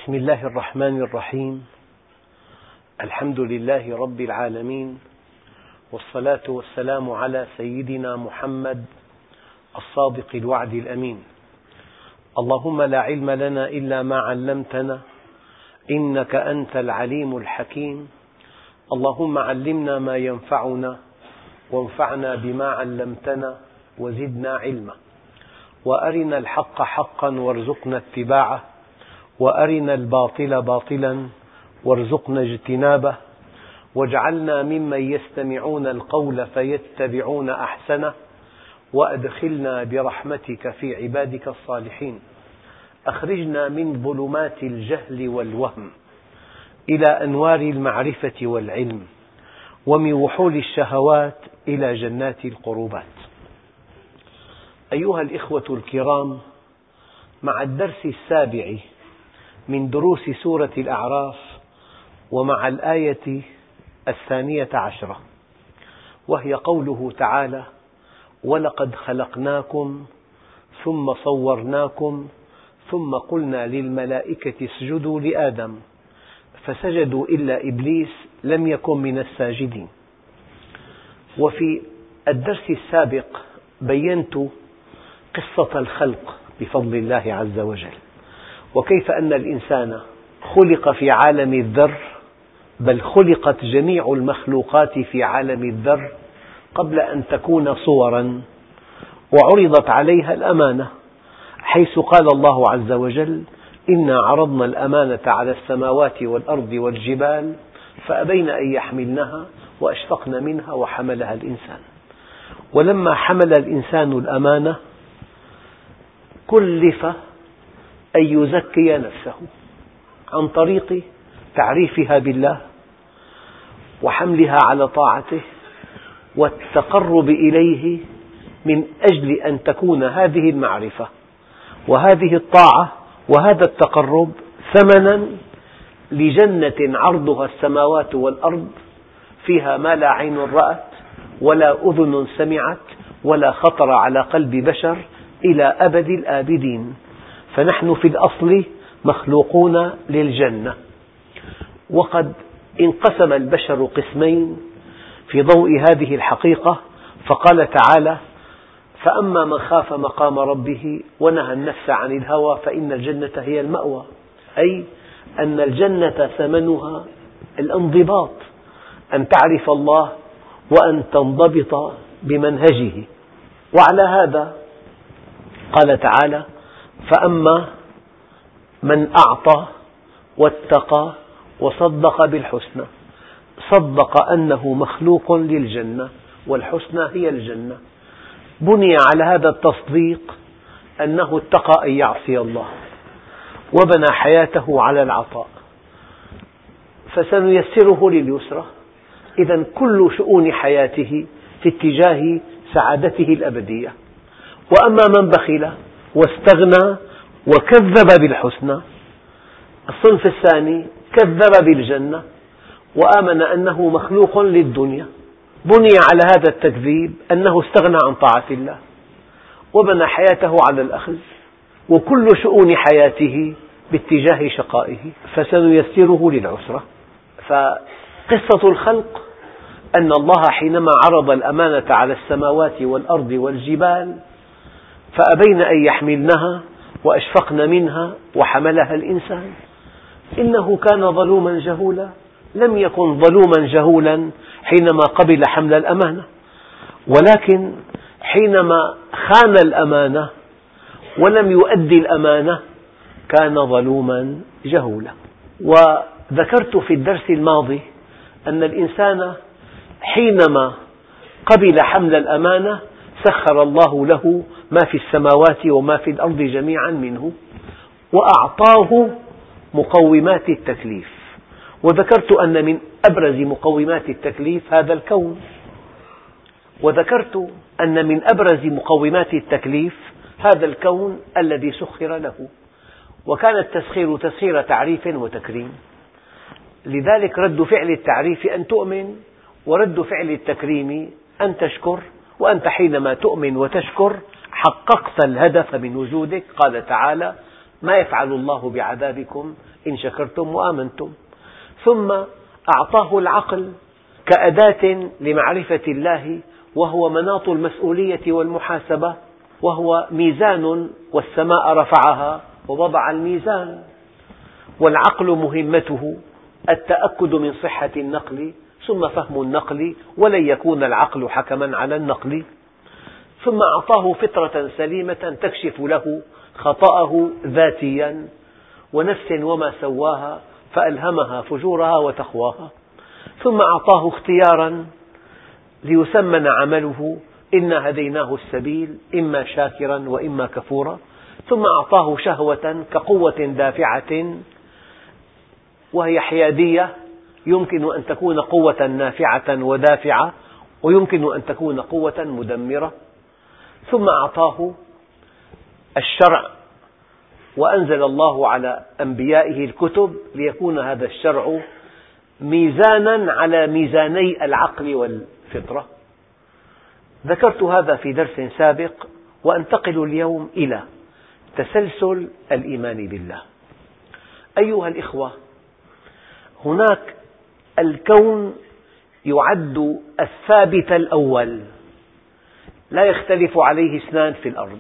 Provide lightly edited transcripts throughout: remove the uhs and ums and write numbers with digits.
بسم الله الرحمن الرحيم. الحمد لله رب العالمين، والصلاة والسلام على سيدنا محمد الصادق الوعد الأمين. اللهم لا علم لنا إلا ما علمتنا إنك أنت العليم الحكيم. اللهم علمنا ما ينفعنا وانفعنا بما علمتنا وزدنا علما، وأرنا الحق حقا وارزقنا اتباعه، وأرنا الباطل باطلا وارزقنا اجتنابه، واجعلنا ممن يستمعون القول فيتبعون أحسنه، وأدخلنا برحمتك في عبادك الصالحين. أخرجنا من ظلمات الجهل والوهم إلى أنوار المعرفة والعلم، ومن وحول الشهوات إلى جنات القربات. أيها الإخوة الكرام، مع الدرس السابع من دروس سورة الأعراف، ومع الآية 12، وهي قوله تعالى: ولقد خلقناكم ثم صورناكم ثم قلنا للملائكة اسجدوا لآدم فسجدوا إلا إبليس لم يكن من الساجدين. وفي الدرس السابق بينت قصة الخلق بفضل الله عز وجل، وكيف أن الإنسان خلق في عالم الذر، بل خلقت جميع المخلوقات في عالم الذر قبل أن تكون صورا، وعرضت عليها الأمانة، حيث قال الله عز وجل: إنا عرضنا الأمانة على السماوات والأرض والجبال فأبين أن يحملنها وأشفقن منها وحملها الإنسان. ولما حمل الإنسان الأمانة كلف أن يزكي نفسه عن طريق تعريفها بالله وحملها على طاعته والتقرب إليه، من أجل أن تكون هذه المعرفة وهذه الطاعة وهذا التقرب ثمنا لجنة عرضها السماوات والأرض، فيها ما لا عين رأت ولا أذن سمعت ولا خطر على قلب بشر إلى أبد الآبدين. فنحن في الأصل مخلوقون للجنة. وقد انقسم البشر قسمين في ضوء هذه الحقيقة، فقال تعالى: فأما من خاف مقام ربه ونهى النفس عن الهوى فإن الجنة هي المأوى، أي أن الجنة ثمنها الانضباط، أن تعرف الله وأن تنضبط بمنهجه. وعلى هذا قال تعالى: فأما من أعطى واتقى وصدق بالحسنى. صدق أنه مخلوق للجنة، والحسنى هي الجنة. بني على هذا التصديق أنه اتقى أن يعصي الله، وبنى حياته على العطاء، فسنيسره لليسرى. إذن كل شؤون حياته في اتجاه سعادته الأبدية. وأما من بخل واستغنى وكذب بالحسنى، الصنف الثاني كذب بالجنة وآمن أنه مخلوق للدنيا. بني على هذا التكذيب أنه استغنى عن طاعة الله وبنى حياته على الأخذ، وكل شؤون حياته باتجاه شقائه، فسنيسره للعسرة. فقصة الخلق أن الله حينما عرض الأمانة على السماوات والأرض والجبال فأبين أن يحملنها وأشفقن منها وحملها الإنسان إنه كان ظلوما جهولا. لم يكن ظلوما جهولا حينما قبل حمل الأمانة، ولكن حينما خان الأمانة ولم يؤدي الأمانة كان ظلوما جهولا. وذكرت في الدرس الماضي أن الإنسان حينما قبل حمل الأمانة سخر الله له ما في السماوات وما في الأرض جميعا منه، وأعطاه مقومات التكليف. وذكرت أن من أبرز مقومات التكليف هذا الكون، وذكرت أن من أبرز مقومات التكليف هذا الكون الذي سخر له، وكان التسخير تسخير تعريف وتكريم. لذلك رد فعل التعريف أن تؤمن، ورد فعل التكريم أن تشكر. وأنت حينما تؤمن وتشكر حققت الهدف من وجودك. قال تعالى: ما يفعل الله بعذابكم إن شكرتم وآمنتم. ثم أعطاه العقل كأداة لمعرفة الله، وهو مناط المسؤولية والمحاسبة، وهو ميزان، والسماء رفعها ووضع الميزان. والعقل مهمته التأكد من صحة النقل ثم فهم النقل، ولن يكون العقل حكما على النقل. ثم أعطاه فطرة سليمة تكشف له خطأه ذاتيا، ونفس وما سواها فألهمها فجورها وتقواها. ثم أعطاه اختيارا ليسمن عمله، إنا هديناه السبيل إما شاكرا وإما كفورا. ثم أعطاه شهوة كقوة دافعة وهي حيادية، يمكن أن تكون قوة نافعة ودافعة، ويمكن أن تكون قوة مدمرة. ثم أعطاه الشرع، وأنزل الله على أنبيائه الكتب ليكون هذا الشرع ميزانا على ميزاني العقل والفطرة. ذكرت هذا في درس سابق، وأنتقل اليوم إلى تسلسل الإيمان بالله. أيها الإخوة، هناك الكون يعد الثابت الأول، لا يختلف عليه اثنان في الأرض.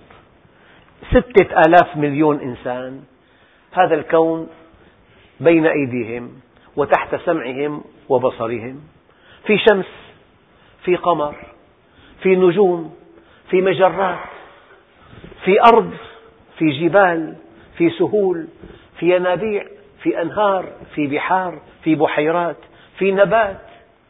6,000 مليون إنسان، هذا الكون بين أيديهم وتحت سمعهم وبصرهم، في شمس، في قمر، في نجوم، في مجرات، في أرض، في جبال، في سهول، في ينابيع، في أنهار، في بحار، في بحيرات، في نبات،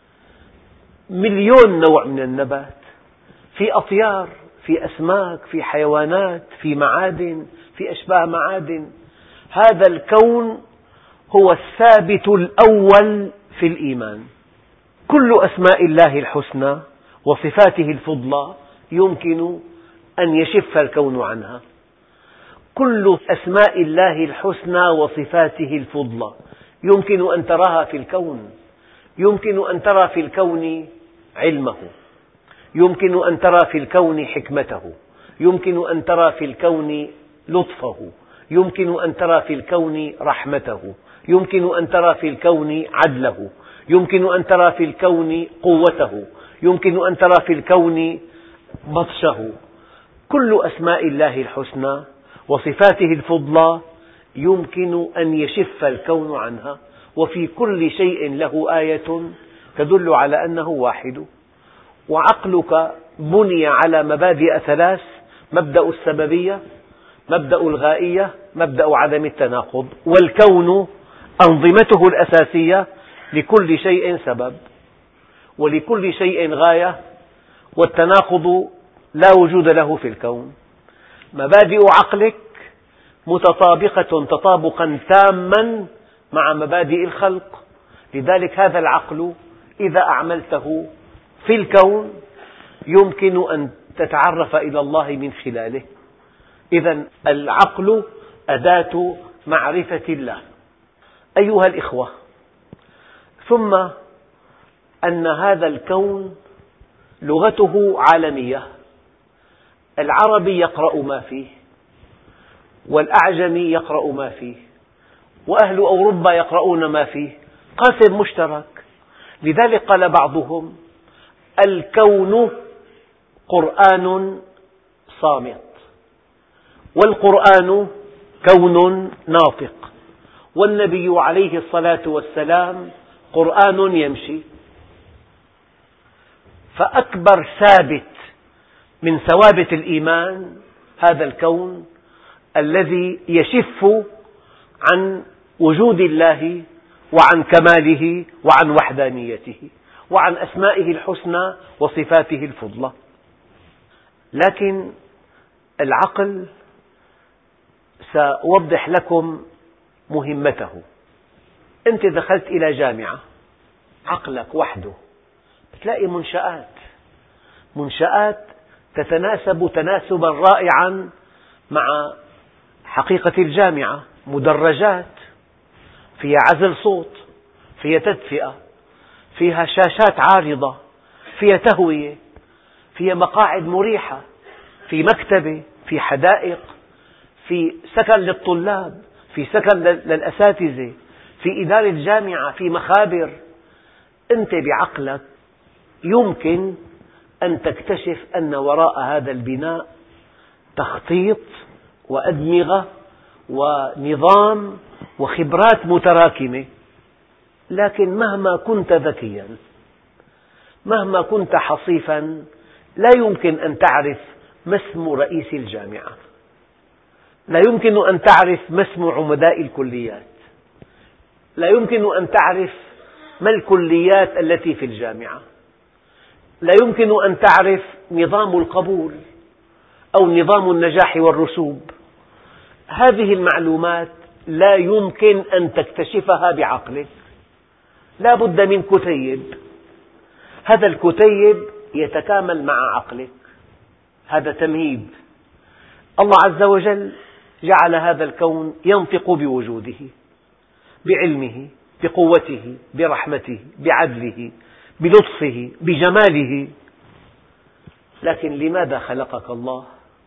1,000,000 نوع من النبات، في أطيار، في أسماك، في حيوانات، في معادن، في أشباه معادن. هذا الكون هو الثابت الأول في الإيمان. كل أسماء الله الحسنى وصفاته الفضلى يمكن أن يشف الكون عنها. كل أسماء الله الحسنى وصفاته الفضلى يمكن أن تراها في الكون. يمكن أن ترى في الكون علمه، يمكن أن ترى في الكون حكمته، يمكن أن ترى في الكون لطفه، يمكن أن ترى في الكون رحمته، يمكن أن ترى في الكون عدله، يمكن أن ترى في الكون قوته، يمكن أن ترى في الكون بطشه. كل أسماء الله الحسنى وصفاته الفضلى يمكن أن يشف الكون عنها، وفي كل شيء له آية تدل على أنه واحد. وعقلك بني على مبادئ 3: مبدأ السببية، مبدأ الغائية، مبدأ عدم التناقض. والكون أنظمته الأساسية لكل شيء سبب ولكل شيء غاية، والتناقض لا وجود له في الكون. مبادئ عقلك متطابقة تطابقا تاما مع مبادئ الخلق، لذلك هذا العقل إذا أعملته في الكون يمكن أن تتعرف إلى الله من خلاله. إذا العقل أداة معرفة الله. أيها الإخوة، ثم أن هذا الكون لغته عالمية، العربي يقرأ ما فيه، والأعجمي يقرأ ما فيه، وأهل أوروبا يقرؤون ما فيه، قاسم مشترك. لذلك قال بعضهم: الكون قرآن صامت، والقرآن كون ناطق، والنبي عليه الصلاة والسلام قرآن يمشي. فأكبر ثابت من ثوابت الإيمان هذا الكون الذي يشف عن وجود الله وعن كماله وعن وحدانيته وعن أسمائه الحسنى وصفاته الفضلى. لكن العقل سأوضح لكم مهمته. أنت دخلت إلى جامعة، عقلك وحده تلاقي منشآت تتناسب تناسبا رائعا مع حقيقة الجامعة. مدرجات فيها عزل صوت، فيها تدفئة، فيها شاشات عارضة، فيها تهوية، فيها مقاعد مريحة، في مكتبة، في حدائق، في سكن للطلاب، في سكن للأساتذة، في إدارة جامعة، في مخابر. أنت بعقلك يمكن أن تكتشف أن وراء هذا البناء تخطيط وأدمغة ونظام وخبرات متراكمة، لكن مهما كنت ذكيا، مهما كنت حصيفا، لا يمكن أن تعرف ما اسم رئيس الجامعة، لا يمكن أن تعرف ما اسم عمداء الكليات، لا يمكن أن تعرف ما الكليات التي في الجامعة، لا يمكن أن تعرف نظام القبول أو نظام النجاح والرسوب. هذه المعلومات لا يمكن أن تكتشفها بعقلك، لا بد من كتيب، هذا الكتيب يتكامل مع عقلك، هذا تمهيد. الله عز وجل جعل هذا الكون ينطق بوجوده، بعلمه، بقوته، برحمته، بعدله، بلطفه، بجماله. لكن لماذا خلقك الله؟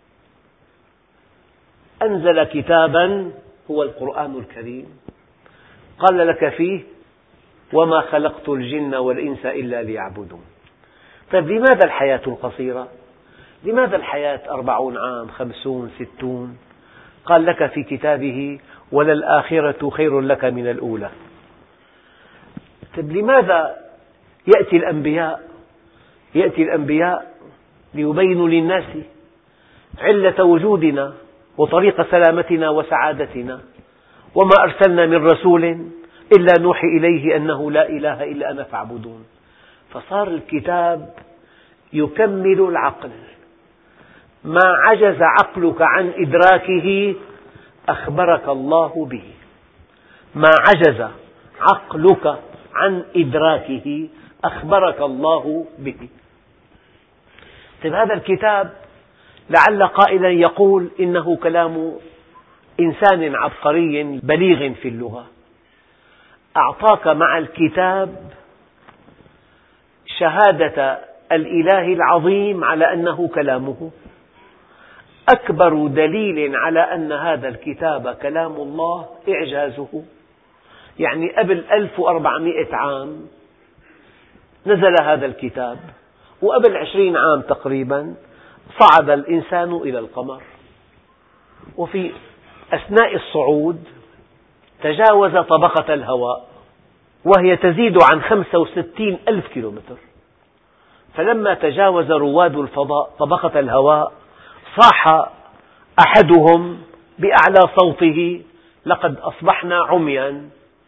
أنزل كتابا هو القرآن الكريم، قال لك فيه: وما خلقت الجن والإنس إلا ليعبدون. طيب لماذا الحياة القصيرة؟ لماذا الحياة 40 عام، 50، 60؟ قال لك في كتابه: وللآخرة خير لك من الأولى. طيب لماذا يأتي الأنبياء؟ يأتي الأنبياء ليبينوا للناس علة وجودنا وطريق سلامتنا وسعادتنا. وما أرسلنا من رسول إلا نوحي إليه أنه لا إله إلا أنا فاعبدون. فصار الكتاب يكمل العقل، ما عجز عقلك عن إدراكه أخبرك الله به، ما عجز عقلك عن إدراكه أخبرك الله به. طيب هذا الكتاب لعل قائلا يقول إنه كلام إنسان عبقري بليغ في اللغة، أعطاك مع الكتاب شهادة الإله العظيم على أنه كلامه. أكبر دليل على أن هذا الكتاب كلام الله إعجازه. يعني قبل 1400 عام نزل هذا الكتاب، وقبل 20 عام تقريبا صعد الإنسان إلى القمر، وفي أثناء الصعود تجاوز طبقة الهواء وهي تزيد عن 65 ألف كيلومتر. فلما تجاوز رواد الفضاء طبقة الهواء صاح أحدهم بأعلى صوته: لقد أصبحنا عميا.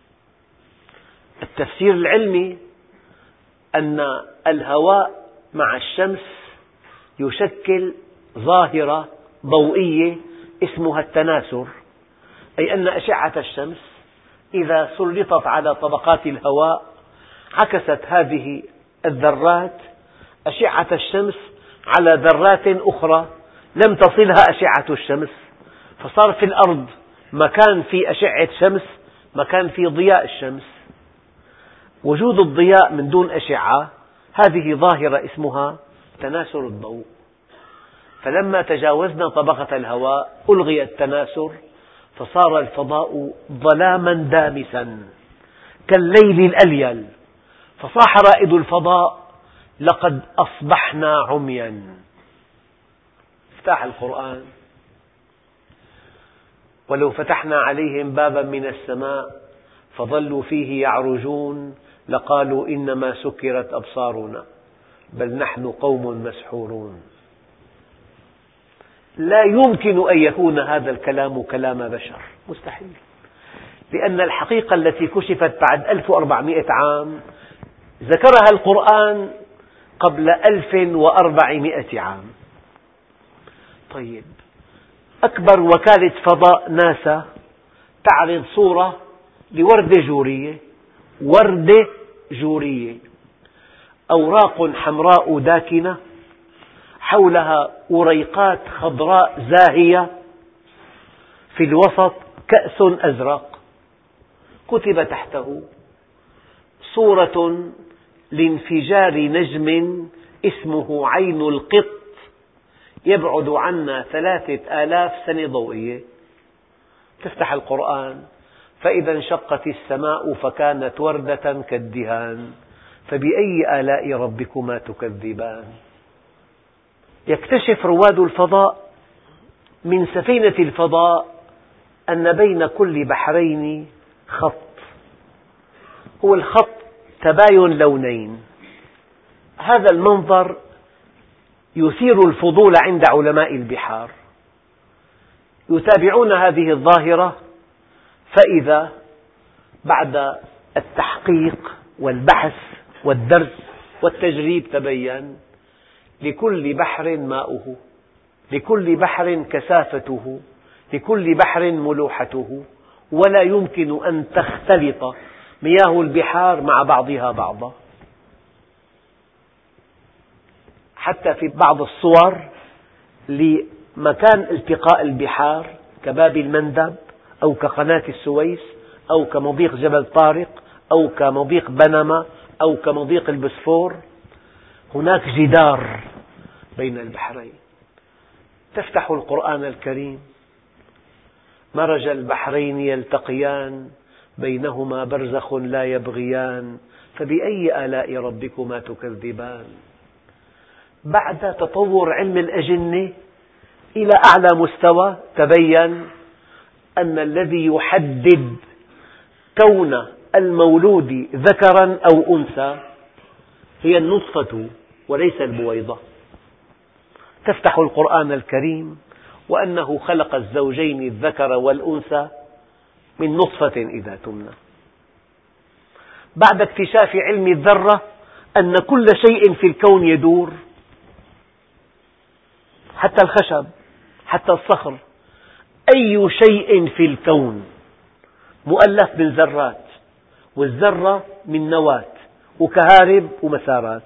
التفسير العلمي أن الهواء مع الشمس يشكل ظاهرة ضوئية اسمها التناثر، أي أن أشعة الشمس إذا سلطت على طبقات الهواء عكست هذه الذرات أشعة الشمس على ذرات أخرى لم تصلها أشعة الشمس، فصار في الأرض مكان في أشعة شمس، مكان في ضياء الشمس. وجود الضياء من دون أشعة هذه ظاهرة اسمها تناثر الضوء. فلما تجاوزنا طبقة الهواء ألغي التناثر، فصار الفضاء ظلاما دامسا كالليل الأليل. فصاح رائد الفضاء: لقد أصبحنا عميا. افتح القرآن: ولو فتحنا عليهم بابا من السماء فظلوا فيه يعرجون لقالوا إنما سكرت أبصارنا بل نحن قوم مسحورون. لا يمكن أن يكون هذا الكلام كلام بشر، مستحيل، لأن الحقيقة التي كشفت بعد 1400 عام ذكرها القرآن قبل 1400 عام. طيب، أكبر وكالة فضاء ناسا تعرض صورة لوردة جورية، وردة جورية، أوراق حمراء داكنة حولها أريقات خضراء زاهية، في الوسط كأس أزرق، كتب تحته: صورة لانفجار نجم اسمه عين القط يبعد عنا 3000 سنة ضوئية. تفتح القرآن فإذا انشقت السماء فكانت وردة كالدهان فبأي آلاء ربكما تكذبان. يكتشف رواد الفضاء من سفينة الفضاء أن بين كل بحرين خط، هو الخط تباين لونين. هذا المنظر يثير الفضول عند علماء البحار، يتابعون هذه الظاهرة، فإذا بعد التحقيق والبحث والدرس والتجريب تبين لكل بحر ماؤه، لكل بحر كثافته، لكل بحر ملوحته، ولا يمكن أن تختلط مياه البحار مع بعضها بعضا. حتى في بعض الصور لمكان التقاء البحار كباب المندب أو كقناة السويس أو كمضيق جبل طارق أو كمضيق بنما أو كمضيق البسفور، هناك جدار بين البحرين. تفتح القرآن الكريم مرج البحرين يلتقيان بينهما برزخ لا يبغيان فبأي آلاء ربكما تكذبان. بعد تطور علم الأجنة إلى أعلى مستوى تبين أن الذي يحدد كون المولود ذكرا أو أنثى هي النطفة وليس البويضة. تفتح القرآن الكريم وأنه خلق الزوجين الذكر والأنثى من نطفة إذا تمنى. بعد اكتشاف علم الذرة أن كل شيء في الكون يدور، حتى الخشب، حتى الصخر، أي شيء في الكون مؤلف من ذرات، والذرة من نواة وكهارب ومسارات،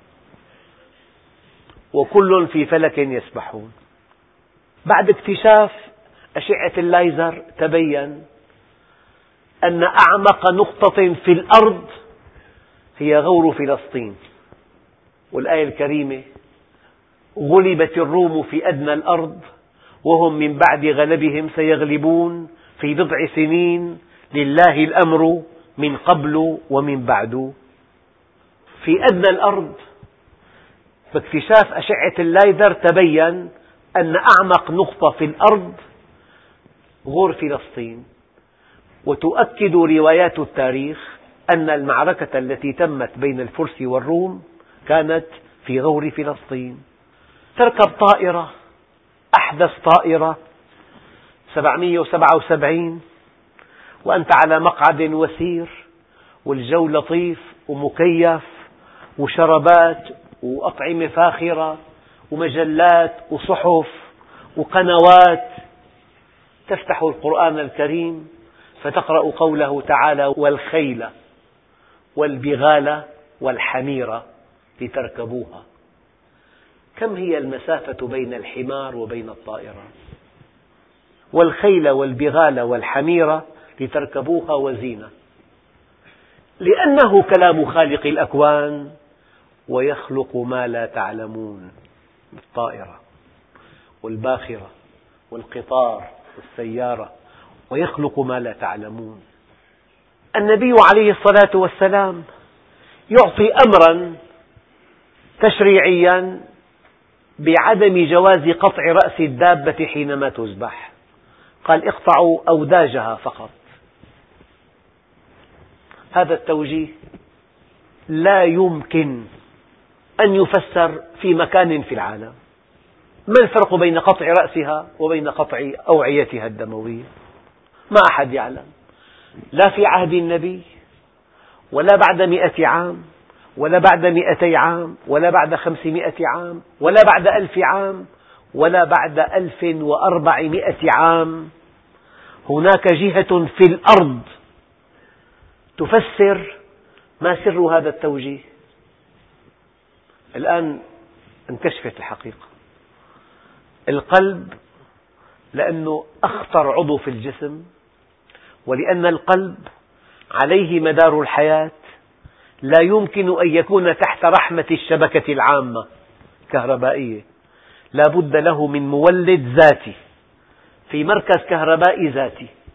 وكل في فلك يسبحون. بعد اكتشاف أشعة الليزر تبين أن أعمق نقطة في الأرض هي غور فلسطين، والآية الكريمة: غلبت الروم في أدنى الأرض وهم من بعد غلبهم سيغلبون في بضع سنين لله الأمر من قبل ومن بعد. في أدنى الأرض باكتشاف أشعة الليزر تبين أن أعمق نقطة في الأرض غور فلسطين، وتؤكد روايات التاريخ أن المعركة التي تمت بين الفرس والروم كانت في غور فلسطين. تركب طائرة، أحدث طائرة 777 وأنت على مقعد وسير والجو لطيف ومكيف وشربات وأطعمة فاخرة ومجلات وصحف وقنوات. تفتح القرآن الكريم فتقرأ قوله تعالى: والخيل والبغال والحمير لتركبوها. كم هي المسافة بين الحمار وبين الطائرة؟ والخيل والبغال والحمير لتركبوها وزينة، لأنه كلام خالق الأكوان ويخلق ما لا تعلمون. الطائرة والباخرة والقطار والسيارة، ويخلق ما لا تعلمون. النبي عليه الصلاة والسلام يعطي أمرا تشريعيا بعدم جواز قطع رأس الدابة حينما تذبح، قال: اقطعوا أوداجها فقط. هذا التوجيه لا يمكن أن يفسر في مكان في العالم. ما الفرق بين قطع رأسها وبين قطع أوعيتها الدموية؟ ما أحد يعلم، لا في عهد النبي ولا بعد 100 عام ولا بعد 200 عام ولا بعد 500 عام ولا بعد 1000 عام ولا بعد 1400 عام. هناك جهة في الأرض تفسر ما سر هذا التوجيه. الآن انكشفت الحقيقة. القلب لأنه أخطر عضو في الجسم، ولأن القلب عليه مدار الحياة، لا يمكن أن يكون تحت رحمة الشبكة العامة كهربائية، لا بد له من مولد ذاتي في مركز كهربائي ذاتي.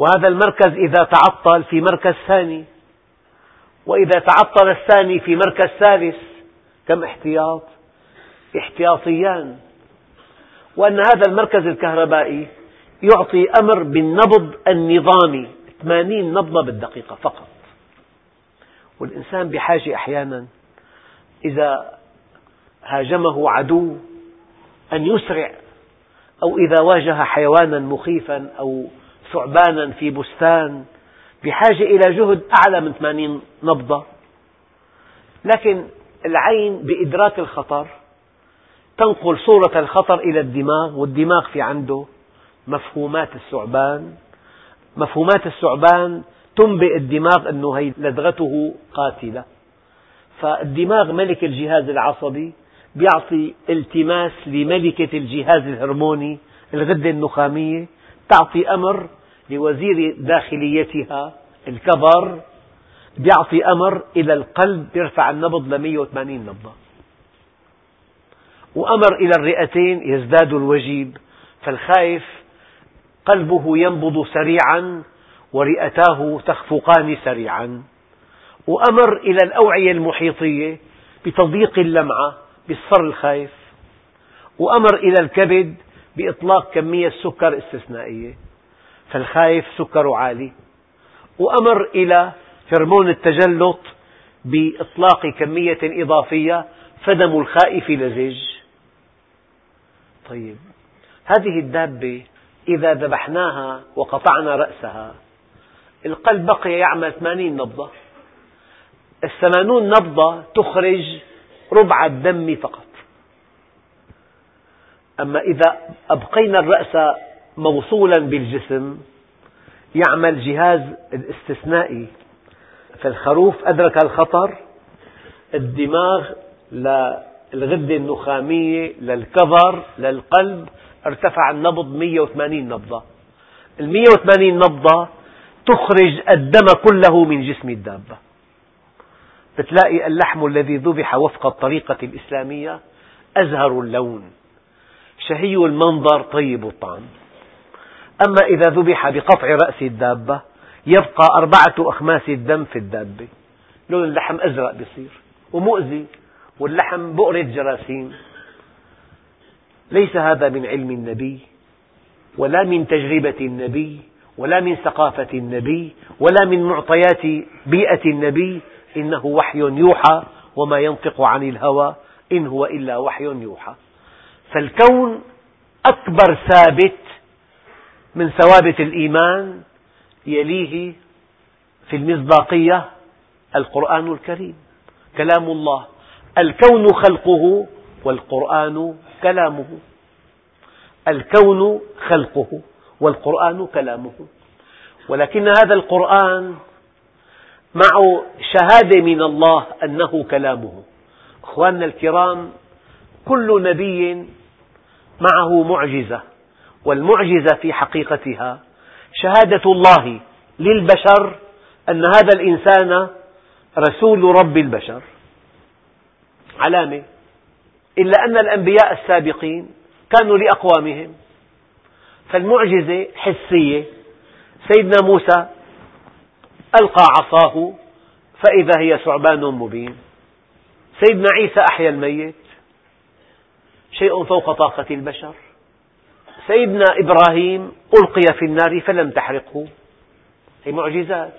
وهذا المركز إذا تعطل في مركز ثاني، وإذا تعطل الثاني في مركز ثالث، كم احتياط؟ احتياطيان. وأن هذا المركز الكهربائي يعطي أمر بالنبض النظامي 80 نبضة بالدقيقة فقط. والإنسان بحاجة أحيانا إذا هاجمه عدو أن يسرع، أو إذا واجه حيوانا مخيفا أو ثعبانا في بستان بحاجة إلى جهد أعلى من 80 نبضة. لكن العين بإدراك الخطر تنقل صورة الخطر إلى الدماغ، والدماغ في عنده مفهومات الثعبان. مفهومات الثعبان تنبئ الدماغ أنه هي لدغته قاتلة، فالدماغ ملك الجهاز العصبي يعطي التماس لملكة الجهاز الهرموني الغدة النخامية، تعطي أمر لوزير داخليتها الكبر، يعطي أمر إلى القلب يرفع النبض ل 180 نبضة، وأمر إلى الرئتين يزداد الوجيب، فالخائف قلبه ينبض سريعا ورئتاه تخفقان سريعا، وأمر إلى الأوعية المحيطية بتضييق اللمعة بالصر الخائف، وأمر إلى الكبد بإطلاق كمية سكر استثنائية فالخائف سكره عالي، وأمر إلى هرمون التجلط بإطلاق كمية إضافية فدم الخائف لزج. طيب، هذه الدابة إذا ذبحناها وقطعنا رأسها القلب بقي يعمل 80 نبضة، 80 نبضة تخرج ربع الدم فقط. أما إذا أبقينا الرأس موصولا بالجسم يعمل جهاز الاستثنائي، فالخروف أدرك الخطر، الدماغ للغدة النخامية للكظر للقلب ارتفع النبض 180 نبضة. 180 نبضة تخرج الدم كله من جسم الدابة. بتلاقي اللحم الذي ذبح وفق الطريقة الإسلامية أزهر اللون، شهي المنظر، طيب الطعم. أما إذا ذبح بقطع رأس الدابة يبقى 4 أخماس الدم في الدابة، لون اللحم أزرق بيصير ومؤذي، واللحم بؤرة جراثيم. ليس هذا من علم النبي ولا من تجربة النبي ولا من ثقافة النبي ولا من معطيات بيئة النبي، إنه وحي يوحى وما ينطق عن الهوى إن هو إلا وحي يوحى. فالكون أكبر ثابت من ثوابت الإيمان، يليه في المصداقية القرآن الكريم كلام الله. الكون خلقه والقرآن كلامه، الكون خلقه والقرآن كلامه. ولكن هذا القرآن معه شهادة من الله أنه كلامه. أخواننا الكرام، كل نبي معه معجزة، والمعجزة في حقيقتها شهادة الله للبشر أن هذا الإنسان رسول رب البشر، علامة. إلا أن الأنبياء السابقين كانوا لأقوامهم، فالمعجزة حسية. سيدنا موسى ألقى عصاه فإذا هي ثعبان مبين. سيدنا عيسى أحيا الميت، شيء فوق طاقة البشر. سيدنا إبراهيم ألقي في النار فلم تحرقه، هي معجزات.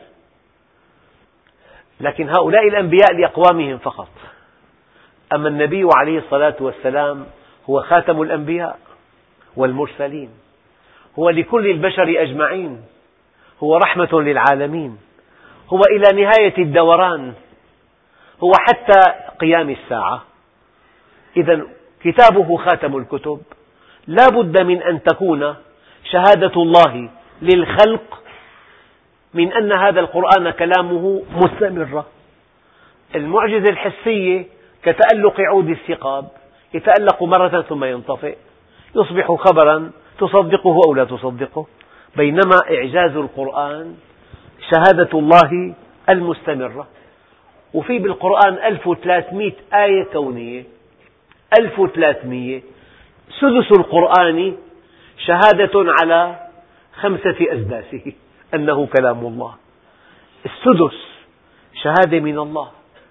لكن هؤلاء الأنبياء لأقوامهم فقط. أما النبي عليه الصلاة والسلام هو خاتم الأنبياء والمرسلين، هو لكل البشر أجمعين، هو رحمة للعالمين، هو إلى نهاية الدوران، هو حتى قيام الساعة. إذن كتابه خاتم الكتب، لا بد من أن تكون شهادة الله للخلق من أن هذا القرآن كلامه مستمرة. المعجزة الحسية كتألق عود الثقاب، يتألق مرة ثم ينطفئ، يصبح خبرا تصدقه أو لا تصدقه. بينما إعجاز القرآن شهادة الله المستمرة. وفي بالقرآن 1300 آية كونية، 1300. سدس القرآن شهادة على 5 أسداسه، أنه كلام الله، السدس شهادة من الله.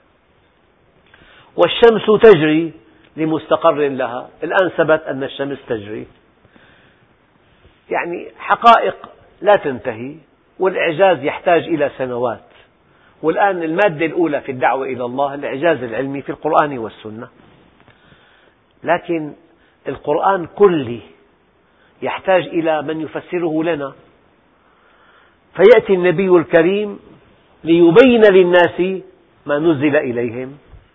والشمس تجري لمستقر لها، الآن ثبت أن الشمس تجري، يعني حقائق لا تنتهي، والإعجاز يحتاج إلى سنوات. والآن المادة الأولى في الدعوة إلى الله الإعجاز العلمي في القرآن والسنة، لكن القرآن كلي يحتاج إلى من يفسره لنا، فيأتي النبي الكريم ليبين للناس ما نزل إليهم.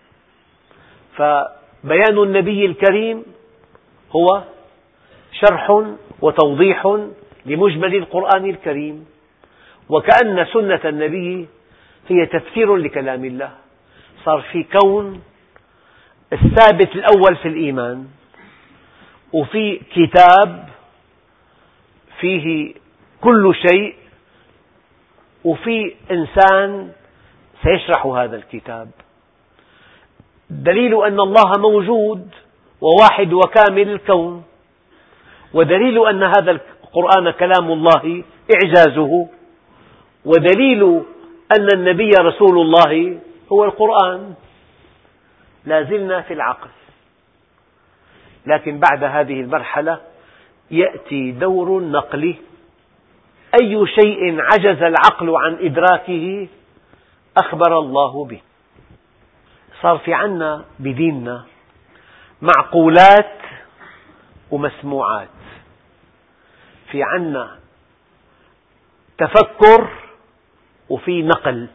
فبيان النبي الكريم هو شرح وتوضيح لمجمل القرآن الكريم، وكأن سنة النبي هي تفسير لكلام الله. صار في كون الثابت الأول في الإيمان، وفي كتاب فيه كل شيء، وفي إنسان سيشرح هذا الكتاب. دليل أن الله موجود وواحد وكامل الكون، ودليل أن هذا القرآن كلام الله إعجازه، ودليل أن النبي رسول الله هو القرآن. لا زلنا في العقل، لكن بعد هذه المرحلة يأتي دور النقل. أي شيء عجز العقل عن إدراكه أخبر الله به. صار في عنا بديننا معقولات ومسموعات، في عنا تفكر وفي نقل،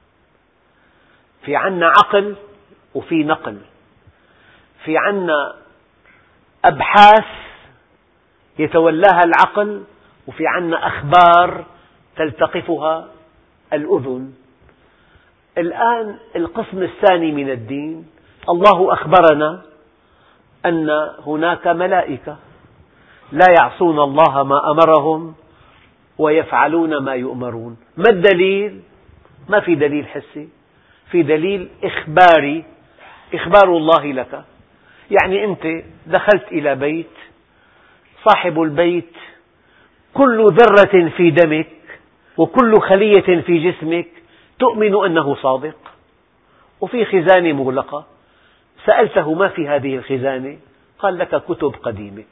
في عنا عقل وفي نقل، في عنا أبحاث يتولاها العقل، وفي عنا أخبار تلتقطها الأذن. الآن القسم الثاني من الدين، الله أخبرنا أن هناك ملائكة لا يعصون الله ما أمرهم ويفعلون ما يؤمرون. ما الدليل؟ ما في دليل حسي، في دليل إخباري، إخبار الله لك. يعني أنت دخلت إلى بيت، صاحب البيت كل ذرة في دمك وكل خلية في جسمك تؤمن أنه صادق، وفي خزانة مغلقة، سألته ما في هذه الخزانة؟ قال لك كتب قديمة.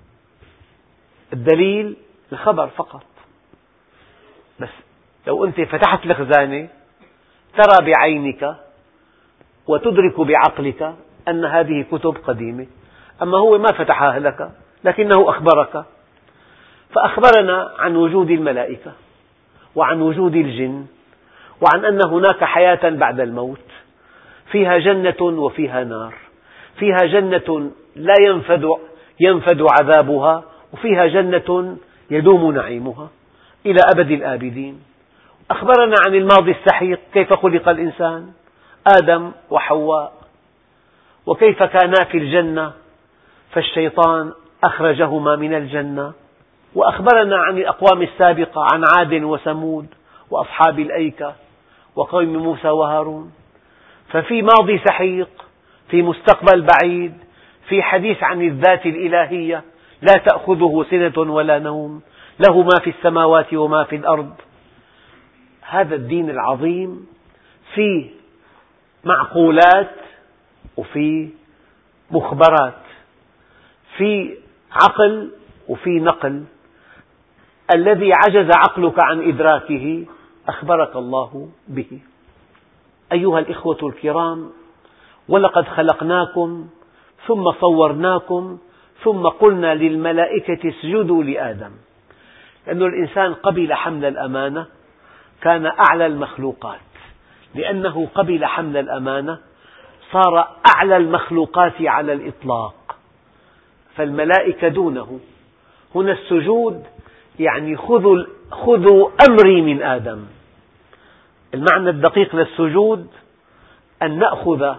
الدليل الخبر فقط. بس لو أنت فتحت الخزانة ترى بعينك وتدرك بعقلك أن هذه كتب قديمة، أما هو ما فتحها لك لكنه أخبرك. فأخبرنا عن وجود الملائكة وعن وجود الجن وعن أن هناك حياة بعد الموت، فيها جنة وفيها نار، فيها جنة لا ينفد عذابها، وفيها جنة يدوم نعيمها إلى أبد الآبدين. أخبرنا عن الماضي السحيق، كيف خلق الإنسان، آدم وحواء، وكيف كانا في الجنة فالشيطان أخرجهما من الجنة. وأخبرنا عن الأقوام السابقة، عن عاد وثمود وأصحاب الأيكة وقوم موسى وهارون. ففي ماضي سحيق، في مستقبل بعيد، في حديث عن الذات الإلهية لا تأخذه سنة ولا نوم، له ما في السماوات وما في الأرض. هذا الدين العظيم فيه معقولات وفي مخبرات، في عقل وفي نقل. الذي عجز عقلك عن إدراكه أخبرك الله به. أيها الإخوة الكرام، ولقد خلقناكم ثم صورناكم ثم قلنا للملائكة اسجدوا لآدم. لأن الإنسان قبل حمل الأمانة، كان أعلى المخلوقات، لأنه قبل حمل الأمانة صار أعلى المخلوقات على الإطلاق، فالملائكة دونه. هنا السجود يعني خذوا أمري من آدم. المعنى الدقيق للسجود أن نأخذ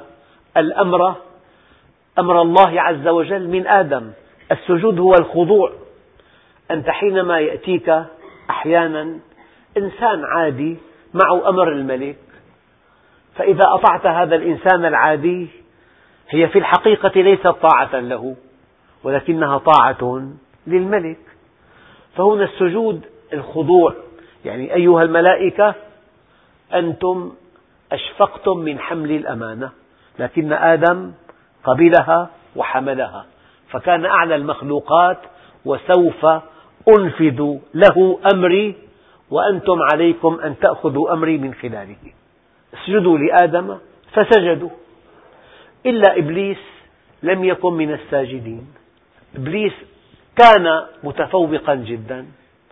أمر الله عز وجل من آدم. السجود هو الخضوع. أنت حينما يأتيك أحيانا إنسان عادي معه أمر الملك، فإذا أطعت هذا الإنسان العادي هي في الحقيقة ليست طاعة له، ولكنها طاعة للملك. فهنا السجود الخضوع، يعني أيها الملائكة أنتم أشفقتم من حمل الأمانة، لكن آدم قبلها وحملها فكان أعلى المخلوقات، وسوف أنفذ له أمري وأنتم عليكم أن تأخذوا أمري من خلاله. اسجدوا لآدم فسجدوا إلا إبليس لم يكن من الساجدين. إبليس كان متفوقا جدا،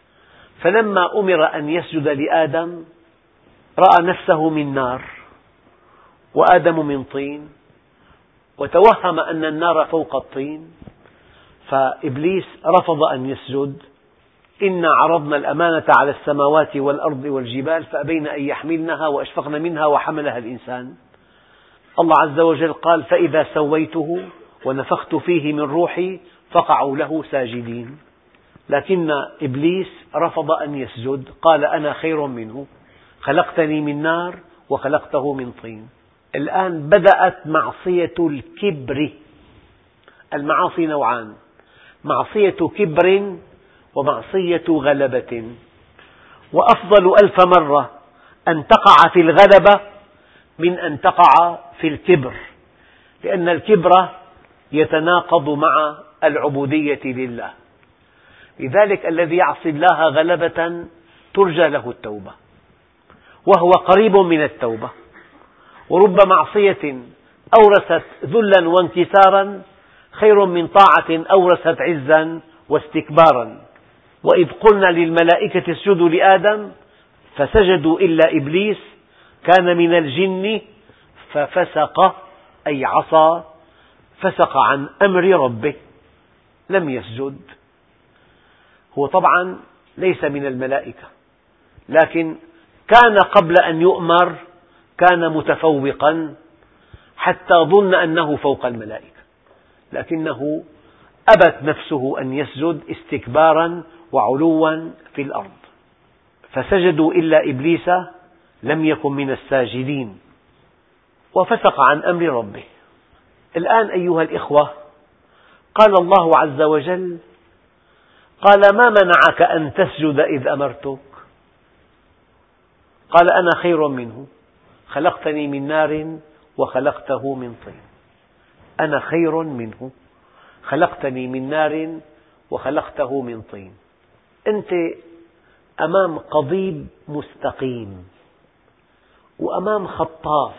فلما أمر أن يسجد لآدم رأى نفسه من نار وآدم من طين، وتوهم أن النار فوق الطين، فإبليس رفض أن يسجد. إنا عرضنا الأمانة على السماوات والأرض والجبال فأبين أن يحملنها وأشفقن منها وحملها الإنسان. الله عز وجل قال فإذا سويته ونفخت فيه من روحي فقعوا له ساجدين، لكن إبليس رفض أن يسجد، قال أنا خير منه، خلقتني من نار وخلقته من طين. الآن بدأت معصية الكبر. المعاصي نوعان: معصية كبر ومعصية غلبة، وأفضل ألف مرة أن تقع في الغلبة من أن تقع في الكبر، لأن الكبر يتناقض مع العبودية لله. لذلك الذي يعصي الله غلبة ترجى له التوبة، وهو قريب من التوبة. ورب معصية أورثت ذلا وانكسارا خير من طاعة أورثت عزا واستكبارا. وإذ قلنا للملائكة اسجدوا لآدم فسجدوا إلا إبليس كان من الجن ففسق، أي عصى، فسق عن أمر ربه، لم يسجد. هو طبعا ليس من الملائكة، لكن كان قبل أن يؤمر كان متفوقا حتى ظن أنه فوق الملائكة، لكنه أبت نفسه أن يسجد استكبارا وعلوا في الأرض. فسجدوا إلا إبليس لم يكن من الساجدين وفسق عن أمر ربه. الآن أيها الإخوة، قال الله عز وجل: قال ما منعك أن تسجد إذ أمرتك؟ قال أنا خير منه، خلقتني من نار وخلقته من طين. أنا خير منه، خلقتني من نار وخلقته من طين. أنت أمام قضيب مستقيم وأمام خطاف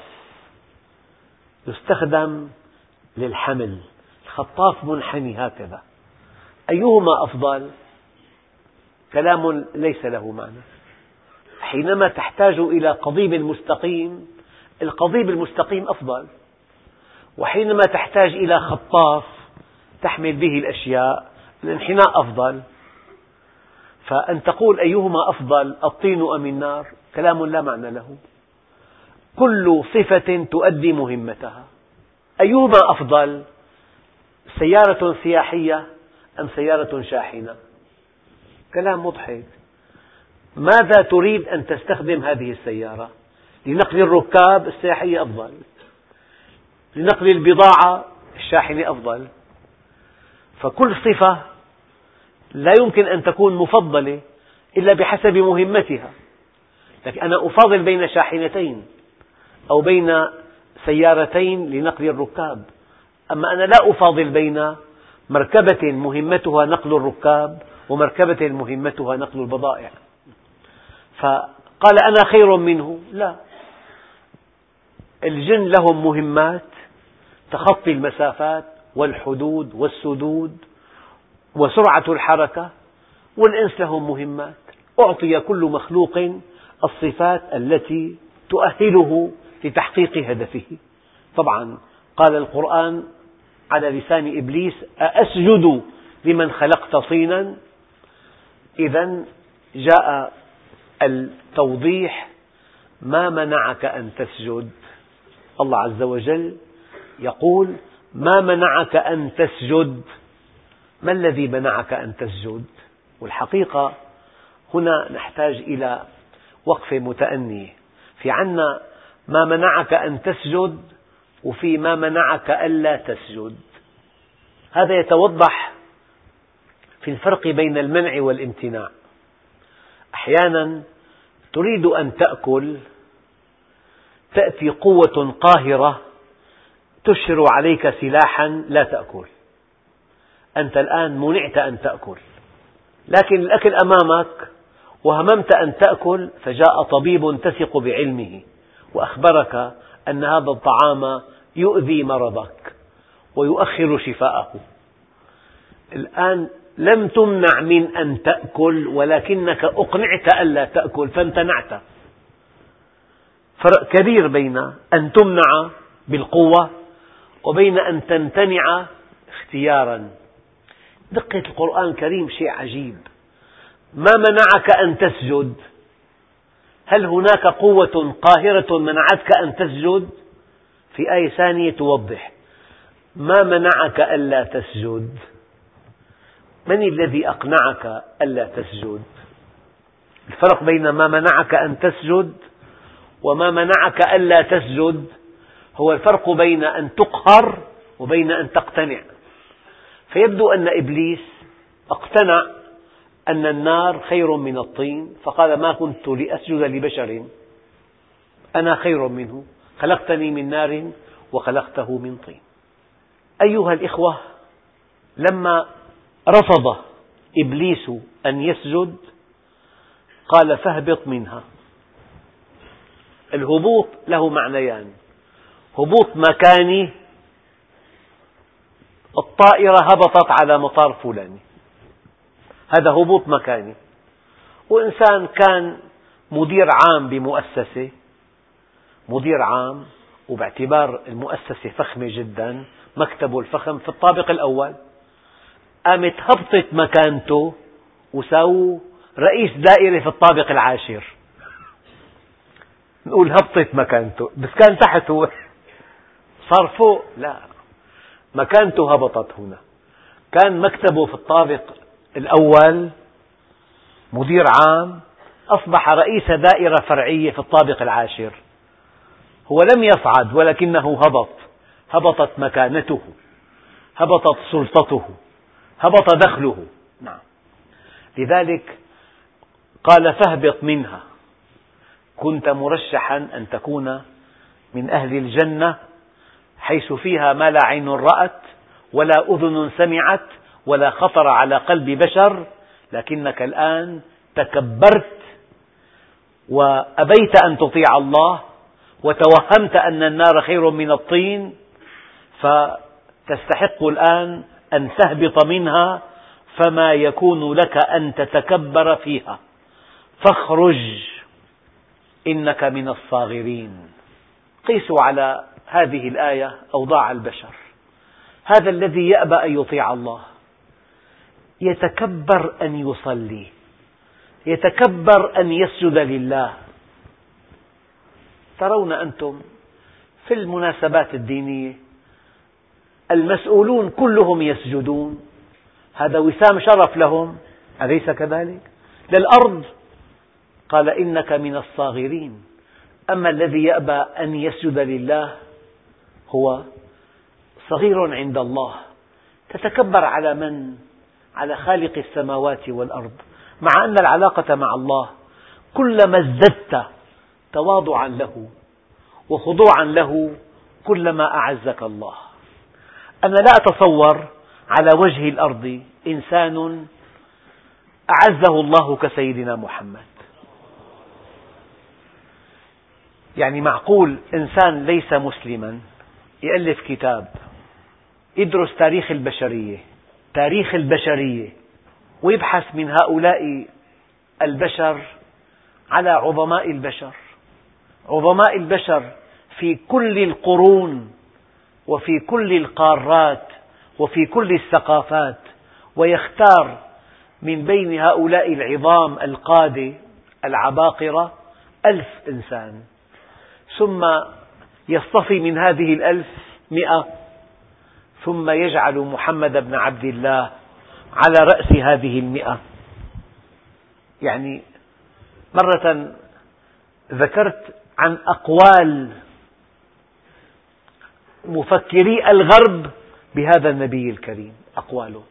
يستخدم للحمل، الخطاف منحني هكذا، أيهما أفضل؟ كلام ليس له معنى. حينما تحتاج إلى قضيب مستقيم، القضيب المستقيم أفضل، وحينما تحتاج إلى خطاف تحمل به الأشياء الانحناء أفضل. فأن تقول أيهما أفضل، الطين أم النار، كلام لا معنى له. كل صفة تؤدي مهمتها. أيهما أفضل، سيارة سياحية أم سيارة شاحنة؟ كلام مضحك. ماذا تريد أن تستخدم هذه السيارة؟ لنقل الركاب السياحية أفضل، لنقل البضاعة الشاحنة أفضل. فكل صفة لا يمكن أن تكون مفضلة إلا بحسب مهمتها. لكن أنا أفاضل بين شاحنتين أو بين سيارتين لنقل الركاب، أما أنا لا أفاضل بين مركبة مهمتها نقل الركاب ومركبة مهمتها نقل البضائع. فقال أنا خير منه، لا، الجن لهم مهمات تخطي المسافات والحدود والسدود وسرعة الحركة، والإنس لهم مهمات. أعطي كل مخلوق الصفات التي تؤهله لتحقيق هدفه. طبعا قال القرآن على لسان إبليس: أأسجد لمن خلقت طينا؟ إذن جاء التوضيح: ما منعك أن تسجد؟ الله عز وجل يقول: ما منعك أن تسجد؟ ما الذي منعك أن تسجد؟ والحقيقة هنا نحتاج إلى وقفة متأنية. في عنا ما منعك أن تسجد، وفي ما منعك ألا تسجد. هذا يتوضح في الفرق بين المنع والامتناع. أحيانا تريد أن تأكل، تأتي قوة قاهرة تشهر عليك سلاحا لا تأكل، أنت الآن منعت أن تأكل، لكن الأكل أمامك وهممت أن تأكل، فجاء طبيب تثق بعلمه وأخبرك أن هذا الطعام يؤذي مرضك ويؤخر شفاءه. الآن لم تمنع من أن تأكل، ولكنك أقنعت ألا تأكل فامتنعت. فرق كبير بين أن تمنع بالقوة وبين أن تمتنع اختيارا. دقة القرآن الكريم شيء عجيب. ما منعك أن تسجد؟ هل هناك قوة قاهرة منعتك أن تسجد؟ في آية ثانية توضح ما منعك ألا تسجد. من الذي أقنعك ألا تسجد؟ الفرق بين ما منعك أن تسجد وما منعك ألا تسجد هو الفرق بين أن تقهر وبين أن تقتنع. فيبدو أن إبليس اقتنع أن النار خير من الطين، فقال ما كنت لأسجد لبشر أنا خير منه خلقتني من نار وخلقته من طين. أيها الإخوة، لما رفض إبليس أن يسجد قال فاهبط منها. الهبوط له معنيان: هبوط مكاني، الطائرة هبطت على مطار فلاني، هذا هبوط مكاني. وإنسان كان مدير عام بمؤسسة، مدير عام، وباعتبار المؤسسة فخمة جدا مكتبه الفخم في الطابق الأول، قامت هبطت مكانته وساووا رئيس دائرة في الطابق العاشر. نقول هبطت مكانته، بس كان تحت هو، صار فوق؟ لا، مكانته هبطت هنا. كان مكتبه في الطابق الأول مدير عام، أصبح رئيس دائرة فرعية في الطابق العاشر. هو لم يصعد ولكنه هبط، هبطت مكانته، هبطت سلطته، هبط دخله. نعم. لذلك قال فاهبط منها. كنت مرشحا أن تكون من أهل الجنة حيث فيها ما لا عين رأت ولا أذن سمعت ولا خطر على قلب بشر، لكنك الآن تكبرت وأبيت أن تطيع الله وتوهمت أن النار خير من الطين، فتستحق الآن أن تهبط منها، فما يكون لك أن تتكبر فيها، فاخرج إنك من الصاغرين. قيسوا على هذه الآية أوضاع البشر. هذا الذي يأبى أن يطيع الله يتكبر أن يصلي، يتكبر أن يسجد لله. ترون أنتم في المناسبات الدينية المسؤولون كلهم يسجدون، هذا وسام شرف لهم، أليس كذلك؟ للأرض قال إنك من الصاغرين. أما الذي يأبى أن يسجد لله هو صغير عند الله. تتكبر على من؟ على خالق السماوات والأرض، مع أن العلاقة مع الله كلما ازددت تواضعا له وخضوعا له كلما أعزك الله. أنا لا أتصور على وجه الأرض إنسان أعزه الله كسيدنا محمد. يعني معقول إنسان ليس مسلما يألف كتاب يدرس تاريخ البشرية ويبحث من هؤلاء البشر على عظماء البشر في كل القرون وفي كل القارات وفي كل الثقافات، ويختار من بين هؤلاء العظام القادة العباقرة 1000 إنسان، ثم يصطفي من هذه 1000 100، ثم يجعل محمد بن عبد الله على رأس هذه 100. يعني مرة ذكرت عن أقوال مفكري الغرب بهذا النبي الكريم، أقواله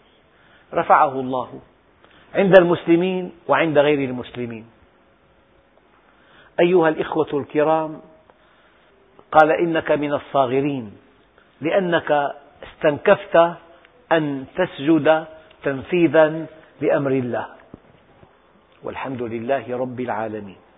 رفعه الله عند المسلمين وعند غير المسلمين. أيها الإخوة الكرام، قال إنك من الصاغرين لأنك استنكفت أن تسجد تنفيذا لأمر الله، والحمد لله رب العالمين.